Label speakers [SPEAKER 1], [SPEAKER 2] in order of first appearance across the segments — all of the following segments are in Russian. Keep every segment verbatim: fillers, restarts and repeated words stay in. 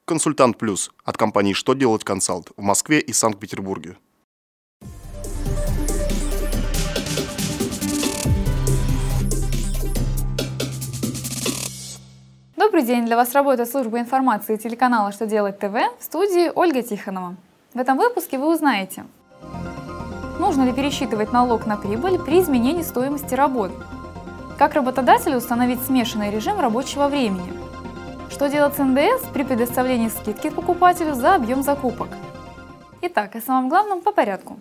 [SPEAKER 1] Консультант Плюс от компании «Что делать консалт» в Москве и Санкт-Петербурге.
[SPEAKER 2] Добрый день! Для вас работает служба информации телеканала «Что делать ТВ», в студии Ольга Тихонова. В этом выпуске вы узнаете: нужно ли пересчитывать налог на прибыль при изменении стоимости работ, как работодателю установить смешанный режим рабочего времени, что делать с эн дэ эс при предоставлении скидки покупателю за объем закупок. Итак, о самом главном по порядку.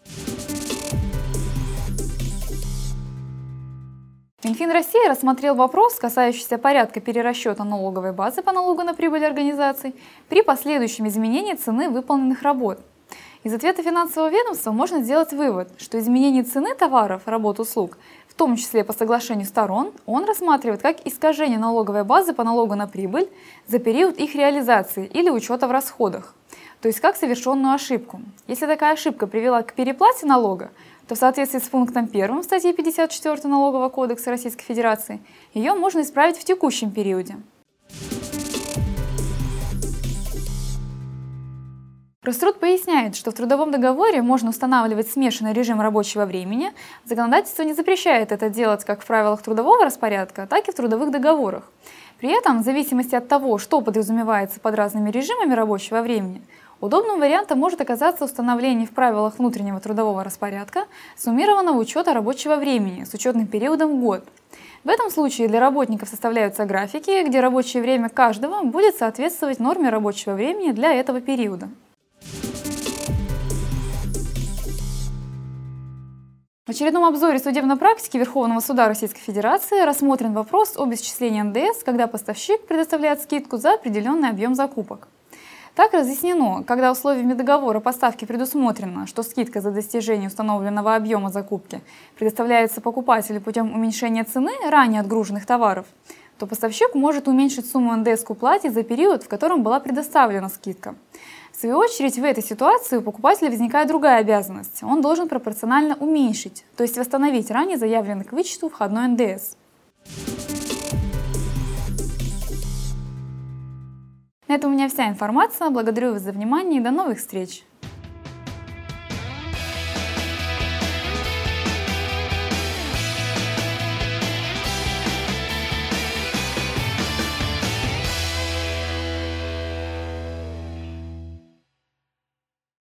[SPEAKER 2] Минфин России рассмотрел вопрос, касающийся порядка перерасчета налоговой базы по налогу на прибыль организаций при последующем изменении цены выполненных работ. Из ответа финансового ведомства можно сделать вывод, что изменение цены товаров, работ, услуг, в том числе по соглашению сторон, он рассматривает как искажение налоговой базы по налогу на прибыль за период их реализации или учета в расходах, то есть как совершенную ошибку. Если такая ошибка привела к переплате налога, то в соответствии с пунктом первым статьи пятьдесят четыре Налогового кодекса Российской Федерации ее можно исправить в текущем периоде. Роструд поясняет, что в трудовом договоре можно устанавливать смешанный режим рабочего времени. Законодательство не запрещает это делать как в правилах трудового распорядка, так и в трудовых договорах. При этом, в зависимости от того, что подразумевается под разными режимами рабочего времени, удобным вариантом может оказаться установление в правилах внутреннего трудового распорядка суммированного учета рабочего времени с учетным периодом в год. В этом случае для работников составляются графики, где рабочее время каждого будет соответствовать норме рабочего времени для этого периода. В очередном обзоре судебной практики Верховного суда Российской Федерации рассмотрен вопрос об исчислении эн дэ эс, когда поставщик предоставляет скидку за определенный объем закупок. Так разъяснено, когда условиями договора поставки предусмотрено, что скидка за достижение установленного объема закупки предоставляется покупателю путем уменьшения цены ранее отгруженных товаров, то поставщик может уменьшить сумму эн дэ эс к уплате за период, в котором была предоставлена скидка. В свою очередь, в этой ситуации у покупателя возникает другая обязанность. Он должен пропорционально уменьшить, то есть восстановить ранее заявленный к вычету входной эн дэ эс. На этом у меня вся информация. Благодарю вас за внимание и до новых встреч!